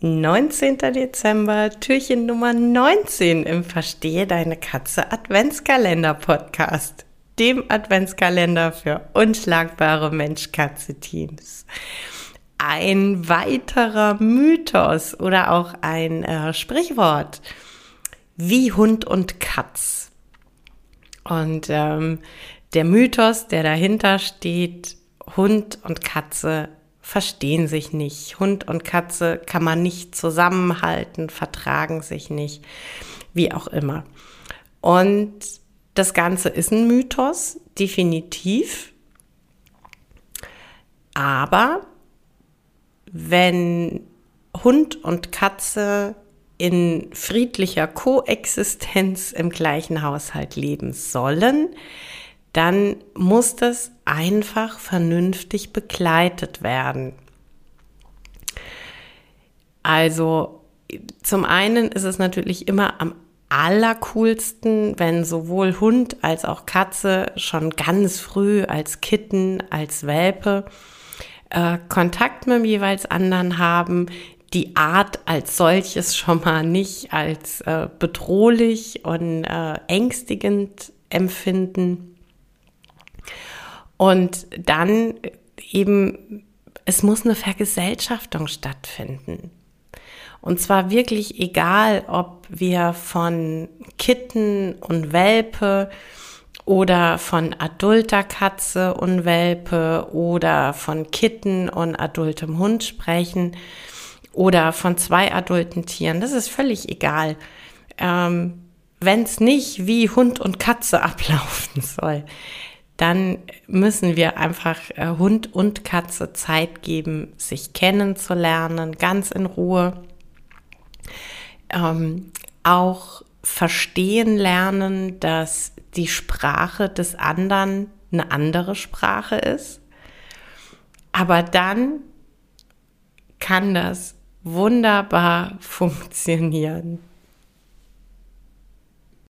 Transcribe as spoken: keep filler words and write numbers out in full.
neunzehnter Dezember, Türchen Nummer neunzehn im Verstehe deine Katze Adventskalender-Podcast, dem Adventskalender für unschlagbare Mensch-Katze-Teams. Ein weiterer Mythos oder auch ein äh, Sprichwort wie Hund und Katz. Und ähm, der Mythos, der dahinter steht, Hund und Katze verstehen sich nicht. Hund und Katze kann man nicht zusammenhalten, vertragen sich nicht, wie auch immer. Und das Ganze ist ein Mythos, definitiv. Aber wenn Hund und Katze in friedlicher Koexistenz im gleichen Haushalt leben sollen, dann muss das einfach vernünftig begleitet werden. Also zum einen ist es natürlich immer am allercoolsten, wenn sowohl Hund als auch Katze schon ganz früh als Kitten, als Welpe äh, Kontakt mit dem jeweils anderen haben, die Art als solches schon mal nicht als äh, bedrohlich und äh, ängstigend empfinden. Und dann eben, es muss eine Vergesellschaftung stattfinden. Und zwar wirklich egal, ob wir von Kitten und Welpe oder von adulter Katze und Welpe oder von Kitten und adultem Hund sprechen oder von zwei adulten Tieren. Das ist völlig egal. Ähm, wenn es nicht wie Hund und Katze ablaufen soll, dann müssen wir einfach äh, Hund und Katze Zeit geben, sich kennenzulernen, ganz in Ruhe. Ähm, auch verstehen lernen, dass die Sprache des anderen eine andere Sprache ist. Aber dann kann das wunderbar funktionieren.